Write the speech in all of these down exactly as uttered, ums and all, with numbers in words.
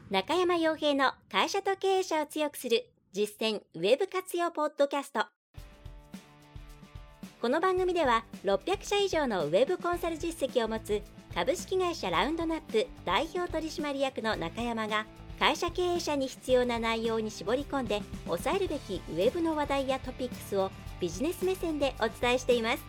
中山洋平の会社と経営者を強くする実践ウェブ活用ポッドキャスト。この番組ではろっぴゃくしゃ以上のウェブコンサル実績を持つ株式会社ラウンドナップ代表取締役の中山が会社経営者に必要な内容に絞り込んで押さえるべきウェブの話題やトピックスをビジネス目線でお伝えしています。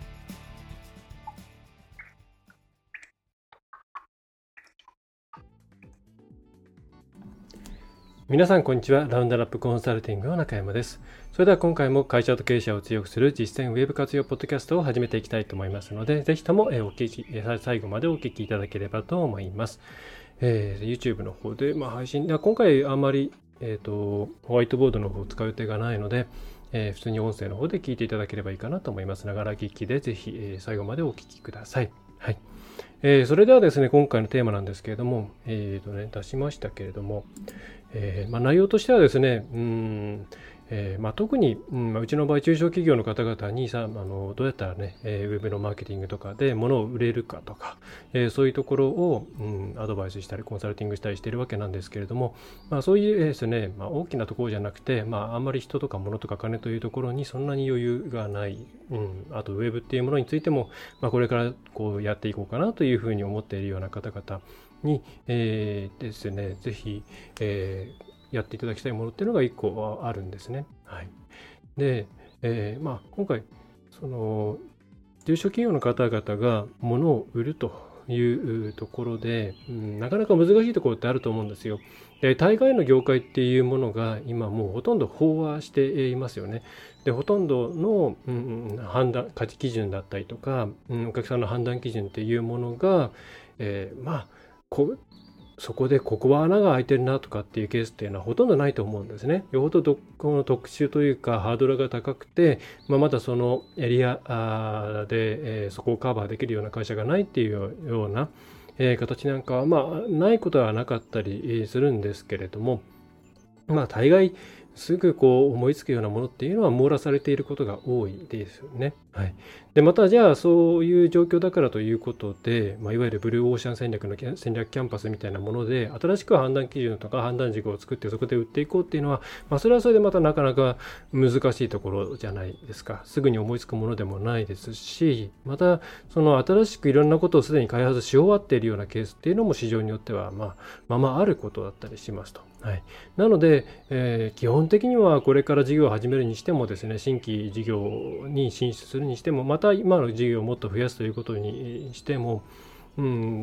皆さんこんにちは。ラウンドナップコンサルティングの中山です。それでは今回も会社と経営者を強くする実践ウェブ活用ポッドキャストを始めていきたいと思いますので、ぜひともお聞き最後までお聞きいただければと思います。えー、YouTube の方で、まあ、配信今回あんまり、えーと、ホワイトボードの方を使う予定がないので、えー、普通に音声の方で聞いていただければいいかなと思います。ながら聞きでぜひ、えー、最後までお聞きください。はい。えー、それではですね、今回のテーマなんですけれども、えーとね、出しましたけれども、えーまあ、内容としてはですね、うーんえーまあ、特に、うんまあ、うちの場合中小企業の方々にさあのどうやったらね、えー、ウェブのマーケティングとかで物を売れるかとか、えー、そういうところを、うん、アドバイスしたりコンサルティングしたりしているわけなんですけれども、まあ、そういうですね、まあ、大きなところじゃなくて、まあ、あんまり人とか物とか金というところにそんなに余裕がない、うん、あとウェブっていうものについても、まあ、これからこうやっていこうかなというふうに思っているような方々に、えー、ですね、ぜひ、えーやっていただきたいものっていうのがいっこあるんですね。はい。で、えー、まあ今回その中小企業の方々が物を売るというところで、うん、なかなか難しいところってあると思うんですよ。で、大概の業界っていうものが今もうほとんど飽和していますよね。で、ほとんどの、うん、判断価値基準だったりとか、うん、お客さんの判断基準っていうものが、えー、まあこうそこでここは穴が開いてるなとかっていうケースっていうのはほとんどないと思うんですね。よほどどこの特殊というかハードルが高くて、まあ、まだそのエリアで、えー、そこをカバーできるような会社がないっていうような、えー、形なんかはまあないことはなかったりするんですけれども、まあ大概すぐこう思いつくようなものっていうのは網羅されていることが多いですよね。はい。で、またじゃあそういう状況だからということで、まあ、いわゆるブルーオーシャン戦略の戦略キャンパスみたいなもので、新しく判断基準とか判断軸を作ってそこで売っていこうっていうのは、まあ、それはそれでまたなかなか難しいところじゃないですか。すぐに思いつくものでもないですし、またその新しくいろんなことをすでに開発し終わっているようなケースっていうのも市場によっては、まあ、まあまああることだったりしますと。はい、なので、えー、基本的にはこれから事業を始めるにしてもですね、新規事業に進出するにしても、また今の事業をもっと増やすということにしても、うん、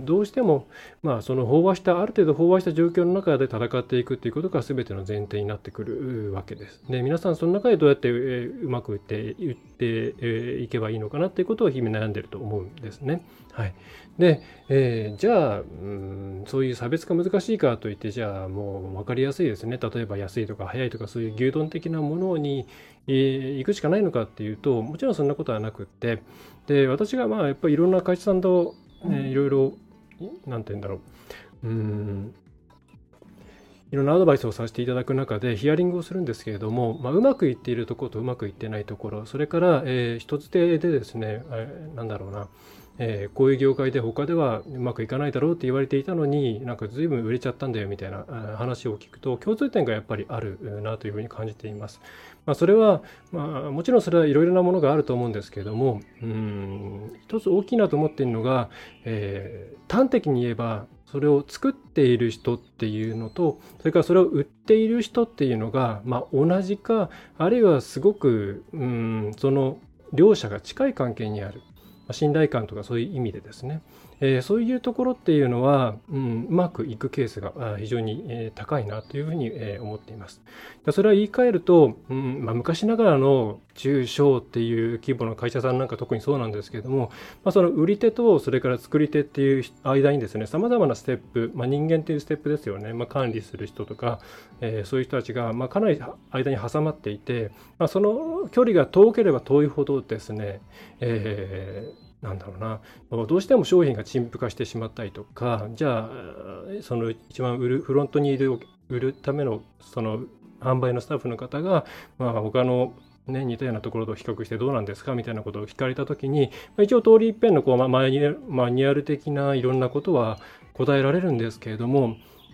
どうしても、まあ、その飽和したある程度飽和した状況の中で戦っていくということが全ての前提になってくるわけです。で、皆さんその中でどうやって、えー、うまく打って打って、えー、いけばいいのかなということを日々悩んでいると思うんですね。はい。で、えー、じゃあ、うん、そういう差別化難しいかといって、じゃあもう分かりやすいですね。例えば安いとか早いとかそういう牛丼的なものに、えー、行くしかないのかっていうと、もちろんそんなことはなくって、で、私がまあやっぱりいろんな会社さんとね、いろいろ、なんて言うんだろう、うーん、いろんなアドバイスをさせていただく中でヒアリングをするんですけれども、まあ、うまくいっているところとうまくいってないところ、それから、えー、一つ手でですね、えー、なんだろうな、えー、こういう業界で他ではうまくいかないだろうって言われていたのに、なんか随分売れちゃったんだよみたいな話を聞くと、共通点がやっぱりあるなというふうに感じています。まあ、それは、まあ、もちろんそれはいろいろなものがあると思うんですけれども、うーん一つ大きいなと思っているのが、えー、端的に言えばそれを作っている人っていうのと、それからそれを売っている人っていうのが、まあ、同じか、あるいはすごくうーんその両者が近い関係にある。信頼感とかそういう意味でですね、えー、そういうところっていうのは、うん、うまくいくケースが非常に、えー、高いなというふうに、えー、思っています。それは言い換えると、うんまあ、昔ながらの中小っていう規模の会社さんなんか特にそうなんですけれども、まあ、その売り手とそれから作り手っていう間にですね、様々なステップ、まあ、人間っていうステップですよね、まあ、管理する人とか、えー、そういう人たちが、まあ、かなり間に挟まっていて、まあ、その距離が遠ければ遠いほどですね、えーなんだろうな、どうしても商品が陳腐化してしまったりとか、じゃあその一番売るフロントにいる売るためのその販売のスタッフの方が、まあ、他のね、似たようなところと比較してどうなんですかみたいなことを聞かれたときに、一応通り一遍のこうマニュアル的ないろんなことは答えられるんですけれども、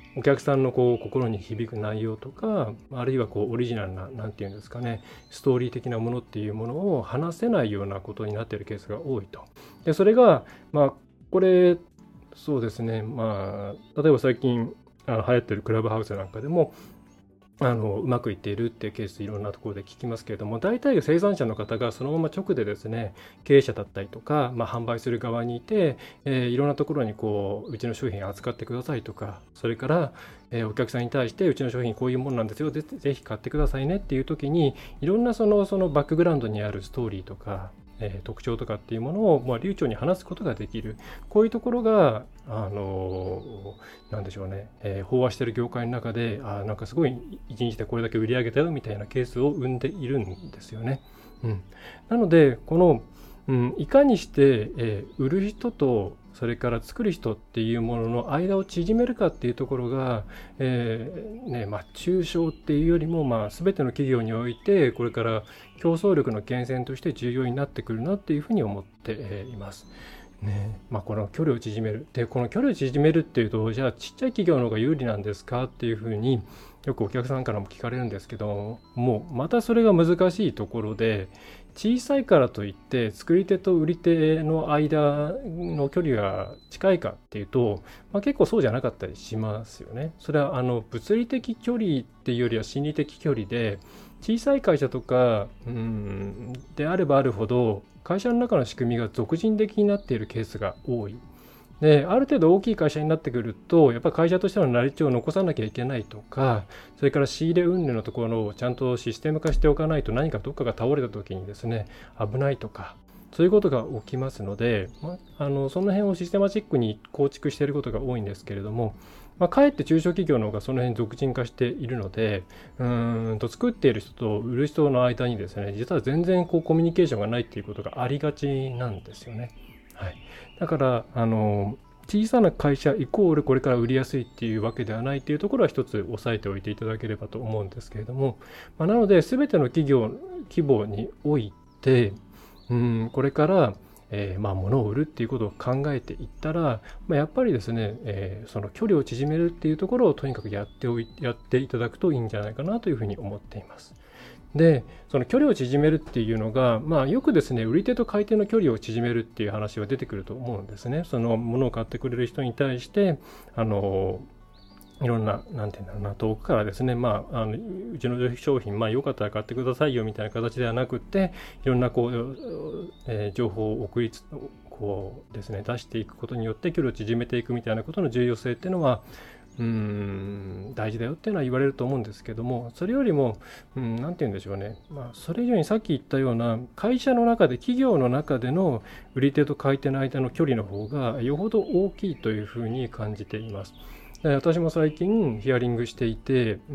お客さんのこう心に響く内容とか、あるいはこうオリジナルな、なんていうんですかね、ストーリー的なものっていうものを話せないようなことになっているケースが多いと。でそれがまあこれそうですね、まあ例えば最近あの流行ってるクラブハウスなんかでもあのうまくいっているっていうケースいろんなところで聞きますけれども、大体生産者の方がそのまま直でですね、経営者だったりとか、まあ、販売する側にいて、えー、いろんなところにこううちの商品扱ってくださいとか、それから、えー、お客さんに対してうちの商品こういうものなんですよ、ぜぜひ買ってくださいねっていう時に、いろんなそのそのバックグラウンドにあるストーリーとか、えー、特徴とかっていうものを、まあ、流暢に話すことができる、こういうところがあのー、なんでしょうね、えー、飽和している業界の中で、あなんかすごい一日でこれだけ売り上げたよみたいなケースを生んでいるんですよね。うん、なのでこの、うん、いかにして、えー、売る人とそれから作る人っていうものの間を縮めるかっていうところが、えーねまあ、中小っていうよりも、まあ、全ての企業においてこれから競争力の源泉として重要になってくるなっていうふうに思っています。ねまあ、この距離を縮めるでこの距離を縮めるっていうと、じゃあちっちゃい企業の方が有利なんですかっていうふうによくお客さんからも聞かれるんですけども、またそれが難しいところで、小さいからといって作り手と売り手の間の距離が近いかっていうと、まあ、結構そうじゃなかったりしますよね。それはあの物理的距離っていうよりは心理的距離で、小さい会社とかうんであればあるほど会社の中の仕組みが俗人的になっているケースが多い。である程度大きい会社になってくると、やっぱり会社としての成り立ちを残さなきゃいけないとか、それから仕入れ云々のところをちゃんとシステム化しておかないと、何かどっかが倒れた時にですね、危ないとか、そういうことが起きますので、まあ、あのその辺をシステマチックに構築していることが多いんですけれども、まあ、かえって中小企業の方がその辺俗人化しているので、うーんと作っている人と売る人の間にですね、実は全然こうコミュニケーションがないっていうことがありがちなんですよね。はい、だからあの小さな会社イコールこれから売りやすいっていうわけではないっていうところは一つ押さえておいていただければと思うんですけれども、まあ、なので全ての企業規模においてうんこれからえーまあ、物を売るっていうことを考えていったら、まあ、やっぱりですね、えー、その距離を縮めるっていうところをとにかくやっておいやっていただくといいんじゃないかなというふうに思っています。でその距離を縮めるっていうのが、まあ、よくですね、売り手と買い手の距離を縮めるっていう話は出てくると思うんですね。その物を買ってくれる人に対してあのいろんな、なんていうんだろうな、遠くからですね、まあ、あのうちの商品、まあ、よかったら買ってくださいよみたいな形ではなくて、いろんなこう、えー、情報を送りつこうですね、出していくことによって距離を縮めていくみたいなことの重要性っていうのは、うーん大事だよっていうのは言われると思うんですけども、それよりも、うん、なんて言うんでしょうね、まあ、それ以上にさっき言ったような会社の中で、企業の中での売り手と買い手の間の距離の方がよほど大きいというふうに感じています。私も最近ヒアリングしていて、うん、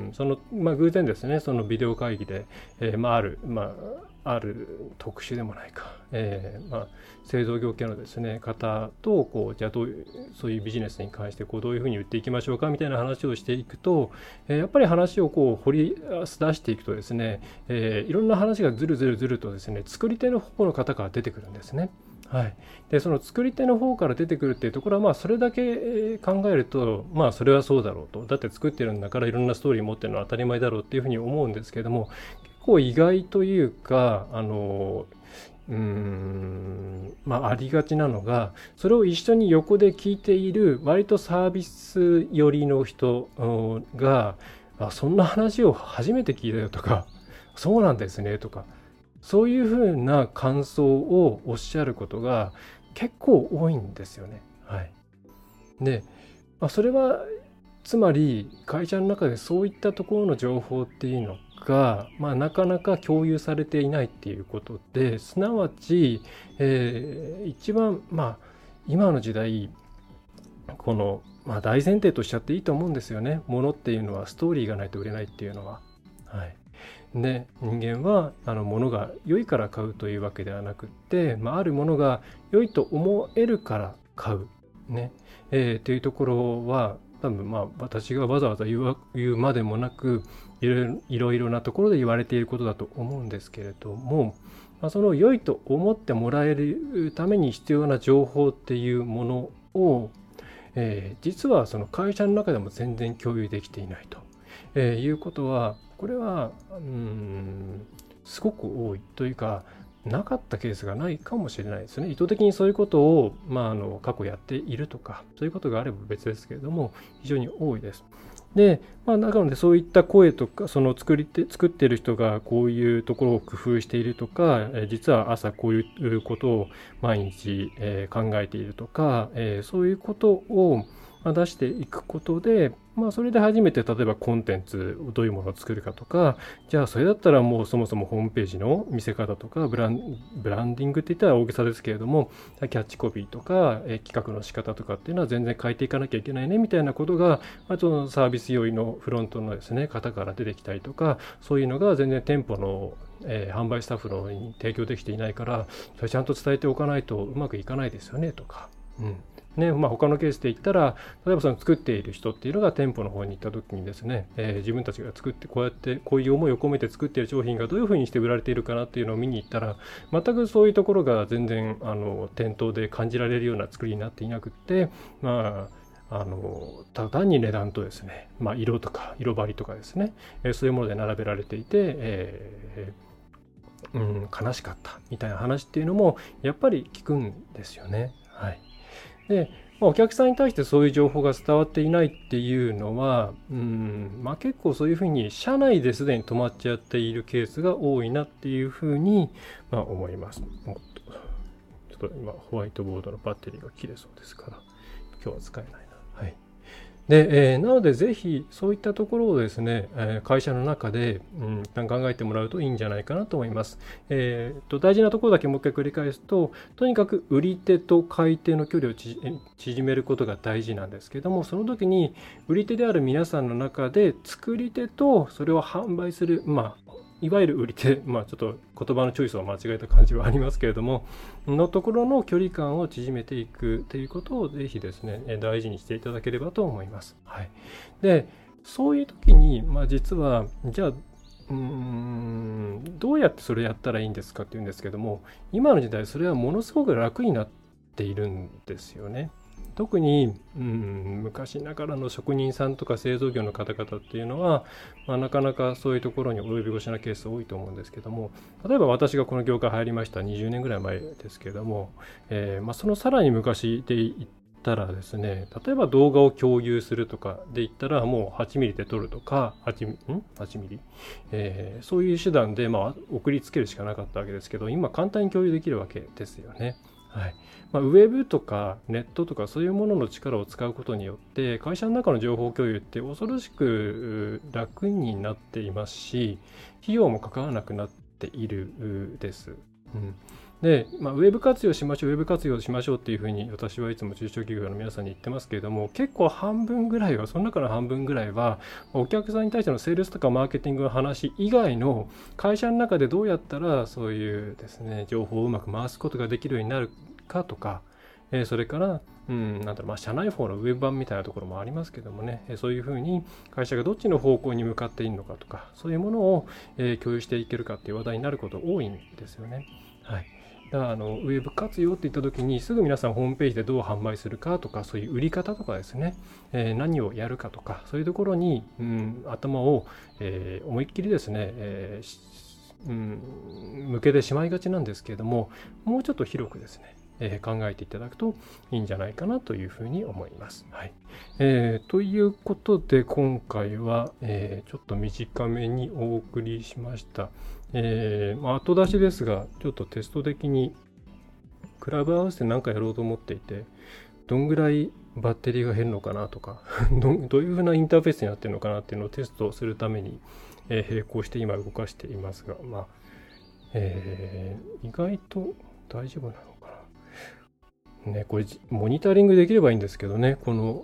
その、まあ、偶然ですね、そのビデオ会議で、えーまあ、ある、まあ、ある特殊でもないか、えーまあ、製造業系のですね、方と、こう、じゃあどういう、そういうビジネスに関してこうどういうふうに売っていきましょうかみたいな話をしていくと、えー、やっぱり話をこう掘り出していくとですね、えー、いろんな話がずるずるずるとですね、作り手の方の方から出てくるんですね。はい、でその作り手の方から出てくるっていうところは、まあそれだけ考えると、まあそれはそうだろうと、だって作ってるんだからいろんなストーリー持ってるのは当たり前だろうっていうふうに思うんですけれども、結構意外というか、あのうーんまあありがちなのが、それを一緒に横で聞いている割とサービス寄りの人が、あそんな話を初めて聞いたよとか、そうなんですねとか、そういうふうな感想をおっしゃることが結構多いんですよね。はい。で、まあ、それはつまり会社の中でそういったところの情報っていうのが、まあ、なかなか共有されていないっていうことで、すなわち、えー、一番まあ今の時代この、まあ、大前提としちゃっていいと思うんですよね。ものっていうのはストーリーがないと売れないっていうのは。はい。で人間はあの物が良いから買うというわけではなくって、まあ、あるものが良いと思えるから買う、ねえー、というところは多分まあ私がわざわざ言う、言うまでもなくいろいろ、いろいろなところで言われていることだと思うんですけれども、まあ、その良いと思ってもらえるために必要な情報っていうものをえー、実はその会社の中でも全然共有できていないと、えー、いうことは、これはうーんすごく多いというか、なかったケースがないかもしれないですね。意図的にそういうことを、まあ、あの過去やっているとか、そういうことがあれば別ですけれども、非常に多いです。で、まあ、なのでそういった声とか、その作り手、作っている人がこういうところを工夫しているとか、え実は朝こういうことを毎日、えー、考えているとか、えー、そういうことを出していくことで、まあ、それで初めて例えばコンテンツをどういうものを作るかとか、じゃあそれだったらもうそもそもホームページの見せ方とかブランブランディングって言ったら大げさですけれども、キャッチコピーとか、え企画の仕方とかっていうのは全然変えていかなきゃいけないねみたいなことが、あとサービス用意のフロントのですね方から出てきたりとか、そういうのが全然店舗のえー、販売スタッフのに提供できていないから、それちゃんと伝えておかないとうまくいかないですよねとか、うんねまあ、他のケースで言ったら、例えばその作っている人っていうのが店舗の方に行った時にですね、えー、自分たちが作ってこうやってこういう思いを込めて作っている商品がどういうふうにして売られているかなっていうのを見に行ったら、全くそういうところが全然あの店頭で感じられるような作りになっていなくって、まああのただ単に値段とですね、まあ、色とか色張りとかですね、えー、そういうもので並べられていて、えーうん、悲しかったみたいな話っていうのもやっぱり聞くんですよね。はい。で、まあ、お客さんに対してそういう情報が伝わっていないっていうのは、うんまあ、結構そういうふうに社内ですでに止まっちゃっているケースが多いなっていうふうに、まあ、思います。ちょっと今ホワイトボードのバッテリーが切れそうですから今日は使えないな。はい。で、えー、なのでぜひそういったところをですね、えー、会社の中で、うん、一旦考えてもらうといいんじゃないかなと思います。えー、と大事なところだけもう一回繰り返すと、とにかく売り手と買い手の距離を縮めることが大事なんですけども、その時に売り手である皆さんの中で作り手とそれを販売する、まあいわゆる売り手、まあちょっと言葉のチョイスを間違えた感じはありますけれども、のところの距離感を縮めていくということをぜひですね、大事にしていただければと思います。はい。で、そういう時に、まあ実は、じゃあ、うーん、どうやってそれやったらいいんですかっていうんですけども、今の時代それはものすごく楽になっているんですよね。特に、うん、昔ながらの職人さんとか製造業の方々っていうのは、まあ、なかなかそういうところに及び腰なケース多いと思うんですけども、例えば私がこの業界入りましたにじゅうねんぐらい前ですけども、えーまあ、そのさらに昔で言ったらですね、例えば動画を共有するとかで言ったらもうはちミリで撮るとか 8, ん8ミリ、えー、そういう手段でまあ送りつけるしかなかったわけですけど、今簡単に共有できるわけですよね。はい。まあ、ウェブとかネットとかそういうものの力を使うことによって会社の中の情報共有って恐ろしく楽になっていますし、費用もかからなくなっているです。うん、で、まあ、ウェブ活用しましょう、ウェブ活用しましょうっていうふうに私はいつも中小企業の皆さんに言ってますけれども、結構半分ぐらいは、その中の半分ぐらいは、お客さんに対してのセールスとかマーケティングの話以外の会社の中でどうやったらそういうですね、情報をうまく回すことができるようになるかとか、えー、それから、うん、なんだろう、まあ、社内法のウェブ版みたいなところもありますけどもね、えー、そういうふうに会社がどっちの方向に向かっているのかとか、そういうものを、えー、共有していけるかっていう話題になること多いんですよね。はい。だからあのウェブ活用って言った時にすぐ皆さんホームページでどう販売するかとか、そういう売り方とかですね、えー、何をやるかとか、そういうところに、うん、頭を、えー、思いっきりですね、えーうん、向けてしまいがちなんですけれども、もうちょっと広くですね、えー、考えていただくといいんじゃないかなというふうに思います。はい。えー、ということで今回は、えー、ちょっと短めにお送りしました。えーまあ、後出しですが、ちょっとテスト的にクラブハウスで何かやろうと思っていて、どんぐらいバッテリーが減るのかなとかど、どういうふうなインターフェースになっているのかなっていうのをテストするために、えー、並行して今動かしていますが、まあえー、意外と大丈夫なのかな。ね、これモニタリングできればいいんですけどね、この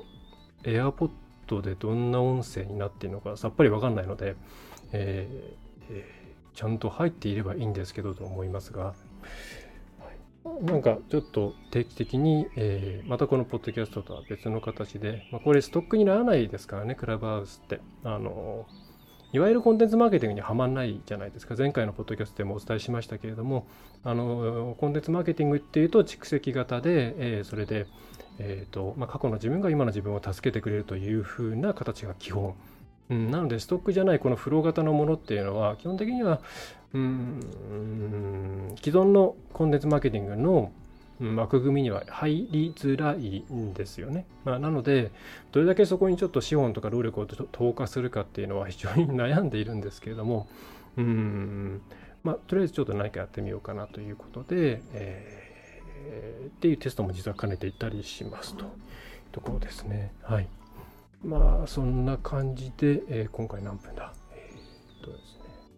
AirPod でどんな音声になっているのかさっぱりわかんないので、えーえーちゃんと入っていればいいんですけどと思いますが、なんかちょっと定期的に、えー、またこのポッドキャストとは別の形で、まあ、これストックにならないですからね、クラブハウスって。あのいわゆるコンテンツマーケティングにはまらないじゃないですか。前回のポッドキャストでもお伝えしましたけれども、あのコンテンツマーケティングっていうと蓄積型で、えー、それで、 えーとまあ、過去の自分が今の自分を助けてくれるというふうな形が基本、うん、なのでストックじゃないこのフロー型のものっていうのは基本的にはうーん既存のコンテンツマーケティングの枠組みには入りづらいんですよね。まあ、なのでどれだけそこにちょっと資本とか労力を投下するかっていうのは非常に悩んでいるんですけれども、うーんまあ、とりあえずちょっと何かやってみようかなということで、えーっていうテストも実は兼ねていったりしますというところですね。はい。まあそんな感じで、えー、今回何分だえー、っとです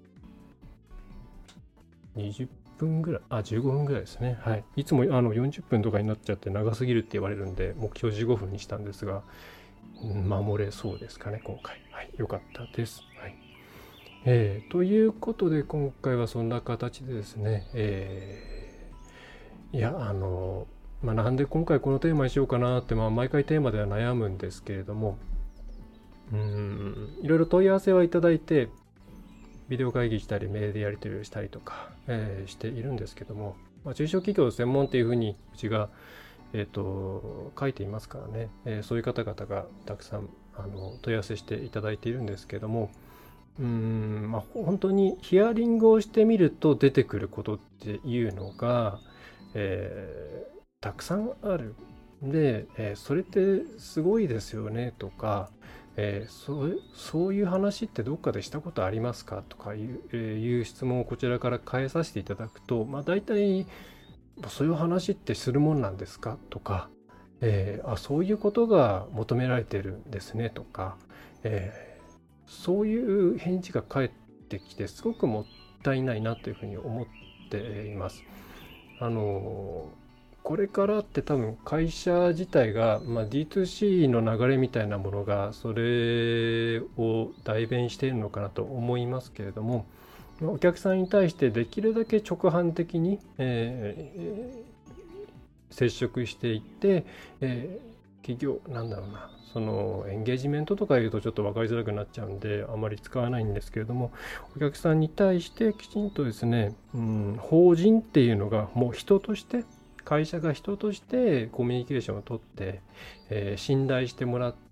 ねにじゅっぷんぐらいあじゅうごふんぐらいですね。はい。いつもあのよんじゅっぷんとかになっちゃって長すぎるって言われるんで目標じゅうごふんにしたんですが、うん、守れそうですかね今回。はい。よかったです。はい。えー、ということで今回はそんな形でですね、えーいやあの、まあ、なんで今回このテーマにしようかなって、まあ、毎回テーマでは悩むんですけれども、うーんいろいろ問い合わせはいただいてビデオ会議したりメールでやり取りをしたりとか、えー、しているんですけども、まあ、中小企業専門っていうふうにうちが、えー、と書いていますからね、えー、そういう方々がたくさんあの問い合わせしていただいているんですけども、うーん、まあ、本当にヒアリングをしてみると出てくることっていうのがえー、たくさんあるで、えー、それってすごいですよねとか、えー、そ, そういう話ってどっかでしたことありますかとかいう,、えー、いう質問をこちらから返させていただくと、まあ、大体そういう話ってするもんなんですかとか、えー、あそういうことが求められてるんですねとか、えー、そういう返事が返ってきてすごくもったいないなというふうに思っています。あのこれからって多分会社自体が、まあ、ディーツーシー の流れみたいなものがそれを代弁しているのかなと思いますけれども、お客さんに対してできるだけ直販的に、えー、接触していって、えー、企業なんだろうなそのエンゲージメントとかいうとちょっと分かりづらくなっちゃうんであまり使わないんですけれども、お客さんに対してきちんとですね、うん、法人っていうのがもう人として会社が人としてコミュニケーションをとって、えー、信頼してもらって、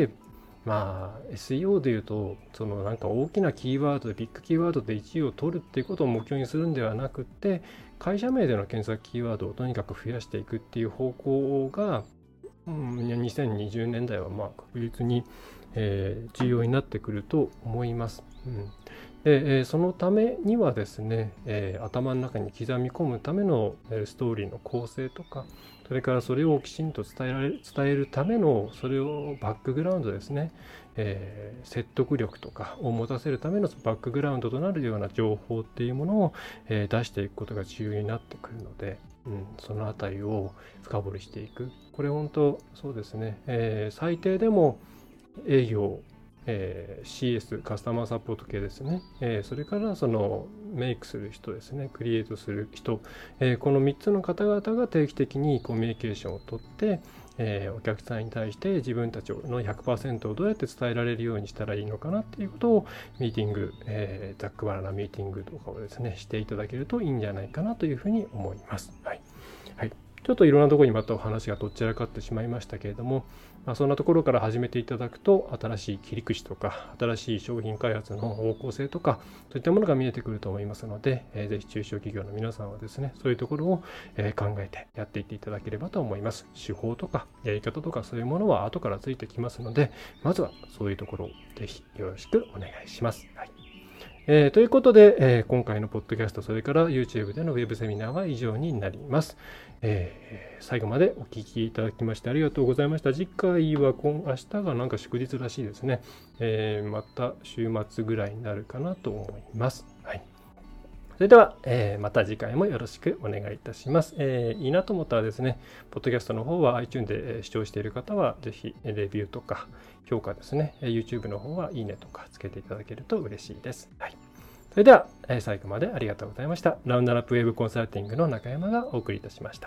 まあ エスイーオー でいうとそのなんか大きなキーワードでビッグキーワードでいちいを取るっていうことを目標にするんではなくて、会社名での検索キーワードをとにかく増やしていくっていう方向がうん、にせんにじゅうねんだいはまあ確実に、えー、重要になってくると思います。うん、で、えー、そのためにはですね、えー、頭の中に刻み込むための、えー、ストーリーの構成とか、それからそれをきちんと伝えられ伝えるためのそれをバックグラウンドですね、えー、説得力とかを持たせるためのバックグラウンドとなるような情報っていうものを、えー、出していくことが重要になってくるので、うん、そのあたりを深掘りしていく。これ本当そうですね、えー、最低でも営業、えー、シーエス カスタマーサポート系ですね、えー、それからそのメイクする人ですね、クリエイトする人、えー、このみっつの方々が定期的にコミュニケーションをとって、えー、お客さんに対して自分たちの ひゃくパーセント をどうやって伝えられるようにしたらいいのかなっていうことをミーティング、えー、ざっくばらなミーティングとかをですねしていただけるといいんじゃないかなというふうに思います。はい、はい、ちょっといろんなところにまたお話がどちらかってしまいましたけれども、まあ、そんなところから始めていただくと新しい切り口とか新しい商品開発の方向性とかそういったものが見えてくると思いますので、えー、ぜひ中小企業の皆さんはですねそういうところを、えー、考えてやっていっていただければと思います。手法とかやり方とかそういうものは後からついてきますので、まずはそういうところをぜひよろしくお願いします。はい、えー、ということで、えー、今回のポッドキャストそれから YouTube でのウェブセミナーは以上になります。えー、最後までお聞きいただきましてありがとうございました。次回は今明日がなんか祝日らしいですね。えー、また週末ぐらいになるかなと思います。はい。それでは、えー、また次回もよろしくお願いいたします。えー、いいなと思ったらですね、ポッドキャストの方は iTunes で視聴している方はぜひレビューとか評価ですね、YouTube の方はいいねとかつけていただけると嬉しいです。はい。それでは、えー、最後までありがとうございました。ラウンドナップウェブコンサルティングの中山がお送りいたしました。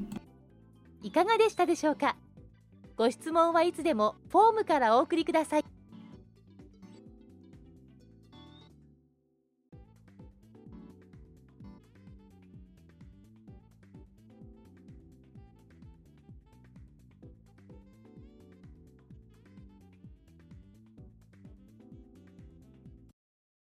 いかがでしたでしょうか。ご質問はいつでもフォームからお送りください。